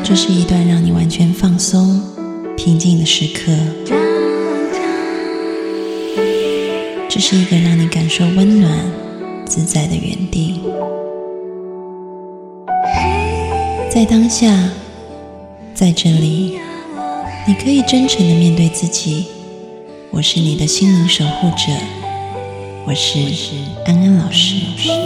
这是一段让你完全放松、平静的时刻。这是一个让你感受温暖、自在的园地。在当下，在这里，你可以真诚地面对自己。我是你的心灵守护者，我是安安老师。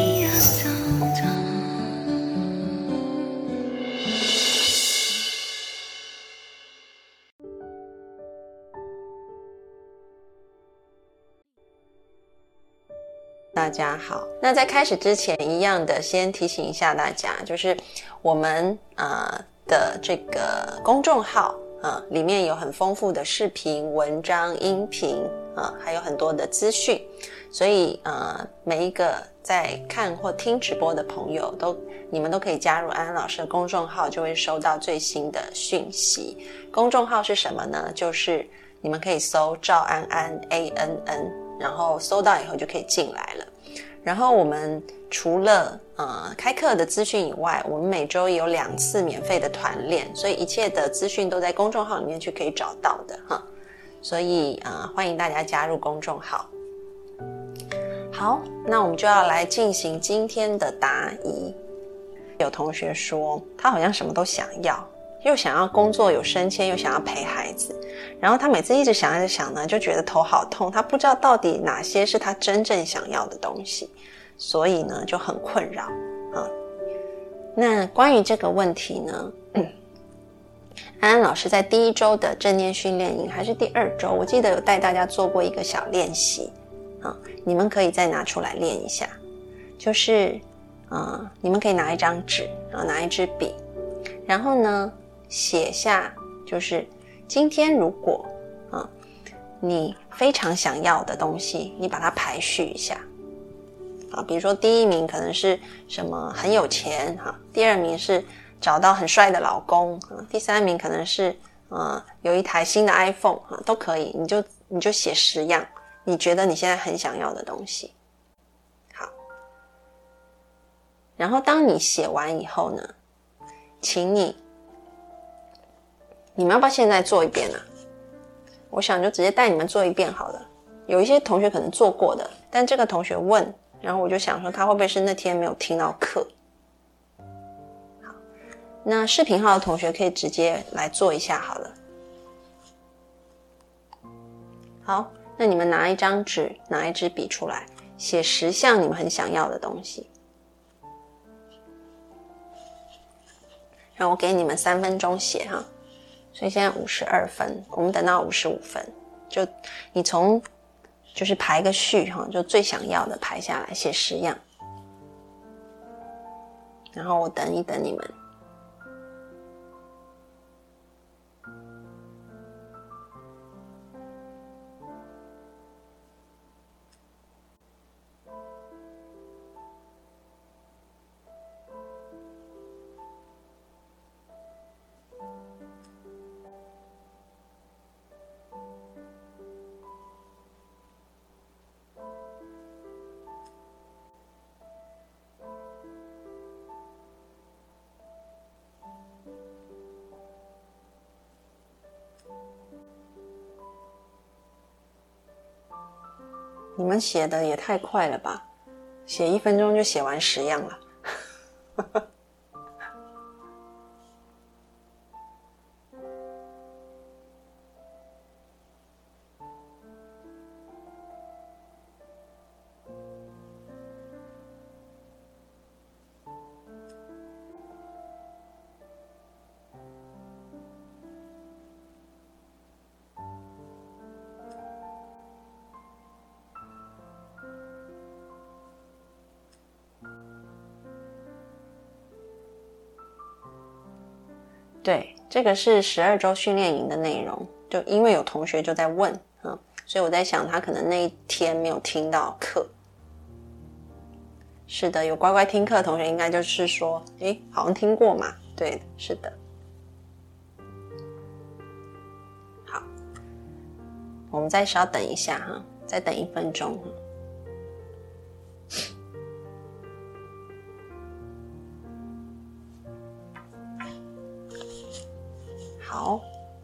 大家好，那在开始之前一样的先提醒一下大家，就是我们的这个公众号里面有很丰富的视频、文章、音频还有很多的资讯，所以每一个在看或听直播的朋友你们都可以加入安安老师的公众号，就会收到最新的讯息。公众号是什么呢？就是你们可以搜赵安安 ANN， 然后搜到以后就可以进来了。然后我们除了开课的资讯以外，我们每周也有2次免费的团练，所以一切的资讯都在公众号里面去可以找到的哈。所以欢迎大家加入公众号。好，那我们就要来进行今天的答疑。有同学说他好像什么都想要，又想要工作有升迁，又想要陪孩子，然后他每次一直想呢，就觉得头好痛，他不知道到底哪些是他真正想要的东西，所以呢就很困扰那关于这个问题呢，安安老师在第1周的正念训练营还是第2周，我记得有带大家做过一个小练习你们可以再拿出来练一下，就是你们可以拿一张纸，拿一支笔，然后呢写下，就是今天如果你非常想要的东西，你把它排序一下比如说第1名可能是什么很有钱第2名是找到很帅的老公第3名可能是有一台新的 iPhone 都可以，你就写10样你觉得你现在很想要的东西。好，然后当你写完以后呢，请你们要不要现在做一遍我想就直接带你们做一遍好了。有一些同学可能做过的，但这个同学问，然后我就想说他会不会是那天没有听到课。好，那视频号的同学可以直接来做一下好了。好，那你们拿一张纸，拿一支笔出来，写10项你们很想要的东西。然后我给你们3分钟写所以现在52分，我们等到55分，就你就是排个序就最想要的排下来，写10样，然后我等一等你们。你们写的也太快了吧，写1分钟就写完10样了对，这个是12周训练营的内容，就因为有同学就在问所以我在想他可能那一天没有听到课。是的，有乖乖听课的同学应该就是说好像听过嘛。对，是的。好，我们再稍等一下再等1分钟好，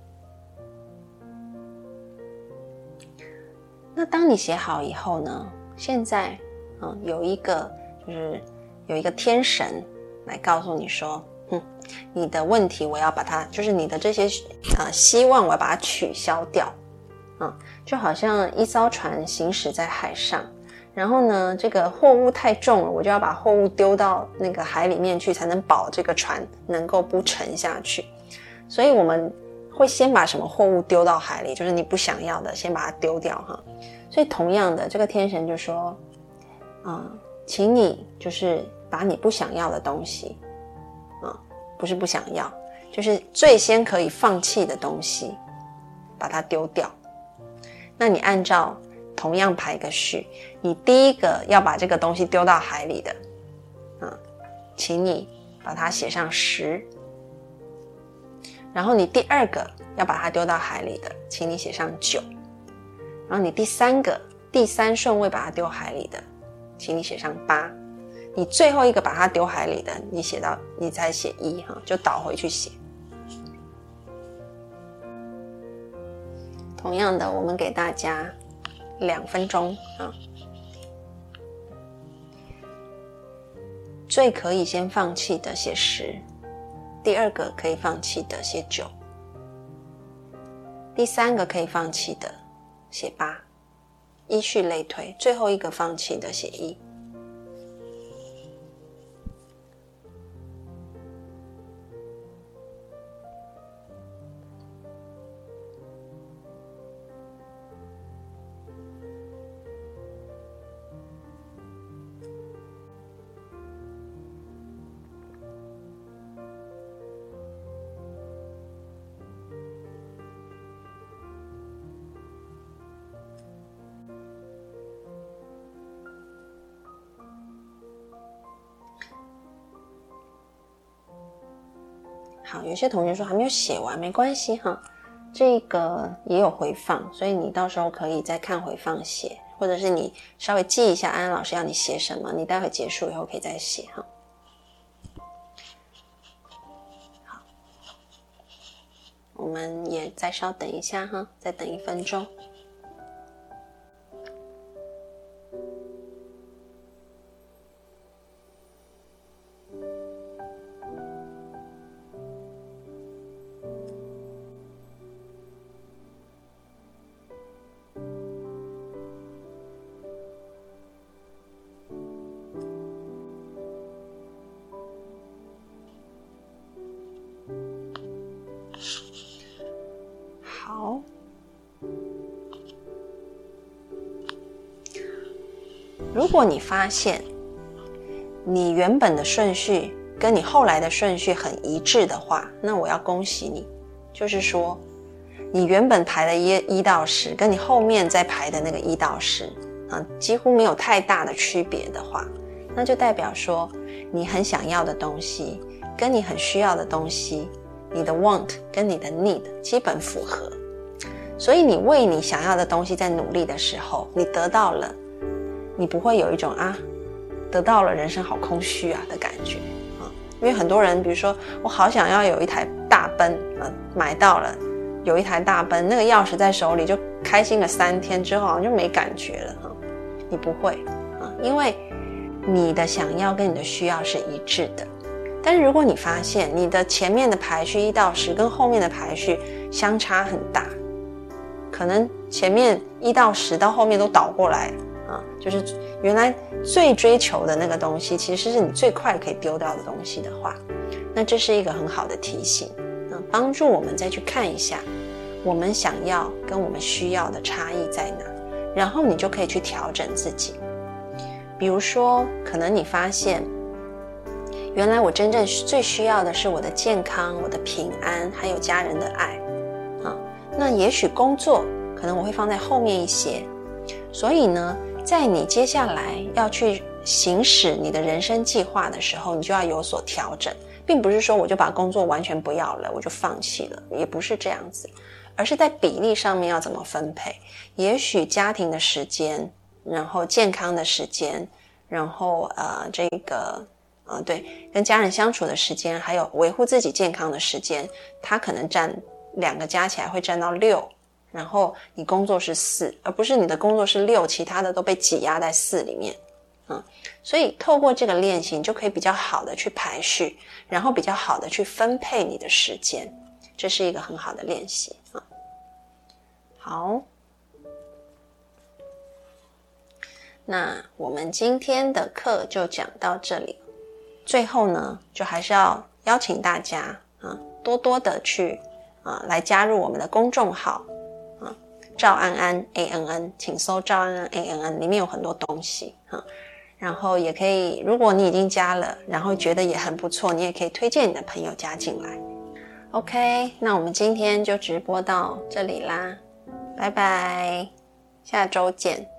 那当你写好以后呢，现在有一个天神来告诉你说，你的问题我要把它，就是你的这些希望我要把它取消掉，就好像一艘船行驶在海上，然后呢这个货物太重了，我就要把货物丢到那个海里面去，才能保这个船能够不沉下去。所以我们会先把什么货物丢到海里，就是你不想要的先把它丢掉哈。所以同样的，这个天神就说请你就是把你不想要的东西不是不想要，就是最先可以放弃的东西把它丢掉。那你按照同样排个序，你第一个要把这个东西丢到海里的请你把它写上10，然后你第二个要把它丢到海里的请你写上9，然后你第三顺位把它丢海里的请你写上8，你最后一个把它丢海里的你再写1就倒回去写。同样的，我们给大家2分钟最可以先放弃的写10，第二个可以放弃的写9，第三个可以放弃的写8，依序类推，最后一个放弃的写1。好，有些同学说还没有写完，没关系这个也有回放，所以你到时候可以再看回放写，或者是你稍微记一下安安老师要你写什么，你待会结束以后可以再写好，我们也再稍等一下再等1分钟。好，如果你发现你原本的顺序跟你后来的顺序很一致的话，那我要恭喜你，就是说你原本排的1到10跟你后面再排的那个1到10几乎没有太大的区别的话，那就代表说你很想要的东西跟你很需要的东西，你的 want 跟你的 need 基本符合，所以你为你想要的东西在努力的时候，你得到了，你不会有一种得到了人生好空虚的感觉因为很多人比如说我好想要有一台大奔买到了，有一台大奔，那个钥匙在手里就开心了3天之后好像就没感觉了你不会因为你的想要跟你的需要是一致的。但是如果你发现你的前面的排序1到10跟后面的排序相差很大，可能前面1到10到后面都倒过来就是原来最追求的那个东西其实是你最快可以丢掉的东西的话，那这是一个很好的提醒帮助我们再去看一下我们想要跟我们需要的差异在哪，然后你就可以去调整自己。比如说可能你发现原来我真正最需要的是我的健康、我的平安还有家人的爱那也许工作可能我会放在后面一些，所以呢在你接下来要去行使你的人生计划的时候，你就要有所调整，并不是说我就把工作完全不要了，我就放弃了，也不是这样子，而是在比例上面要怎么分配。也许家庭的时间，然后健康的时间，然后跟家人相处的时间，还有维护自己健康的时间，它可能占 2个加起来会占到6，然后你工作是4，而不是你的工作是6，其他的都被挤压在4里面。所以透过这个练习，你就可以比较好的去排序，然后比较好的去分配你的时间，这是一个很好的练习。好，那我们今天的课就讲到这里。最后呢，就还是要邀请大家多多的去来加入我们的公众号赵安安 ANN， 请搜赵安安 ANN， 里面有很多东西然后也可以，如果你已经加了，然后觉得也很不错，你也可以推荐你的朋友加进来。OK， 那我们今天就直播到这里啦，拜拜，下周见。